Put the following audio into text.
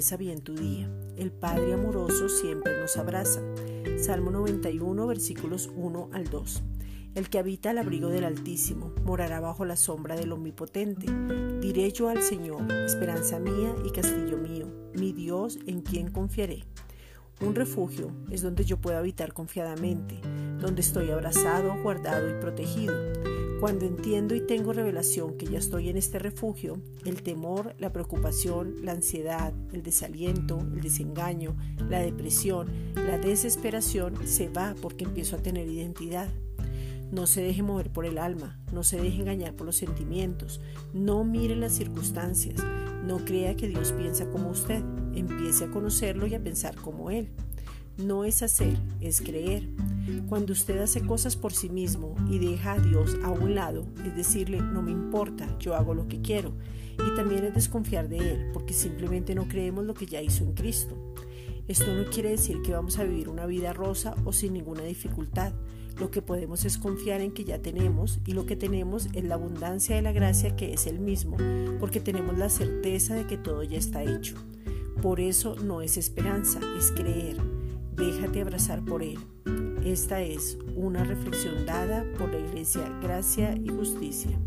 Empieza bien tu día. El Padre amoroso siempre nos abraza. Salmo 91, versículos 1 al 2. El que habita al abrigo del Altísimo morará bajo la sombra del Omnipotente. Diré yo al Señor, esperanza mía y castillo mío, mi Dios en quien confiaré. Un refugio es donde yo puedo habitar confiadamente, donde estoy abrazado, guardado y protegido. Cuando entiendo y tengo revelación que ya estoy en este refugio, el temor, la preocupación, la ansiedad, el desaliento, el desengaño, la depresión, la desesperación se va porque empiezo a tener identidad. No se deje mover por el alma, no se deje engañar por los sentimientos, no mire las circunstancias, no crea que Dios piensa como usted, empiece a conocerlo y a pensar como Él. No es hacer, es creer. Cuando usted hace cosas por sí mismo y deja a Dios a un lado, es decirle, no me importa, yo hago lo que quiero. Y también es desconfiar de Él, porque simplemente no creemos lo que ya hizo en Cristo. Esto no quiere decir que vamos a vivir una vida rosa o sin ninguna dificultad. Lo que podemos es confiar en que ya tenemos, y lo que tenemos es la abundancia de la gracia que es Él mismo, porque tenemos la certeza de que todo ya está hecho. Por eso no es esperanza, es creer. Déjate abrazar por Él. Esta es una reflexión dada por la Iglesia Gracia y Justicia.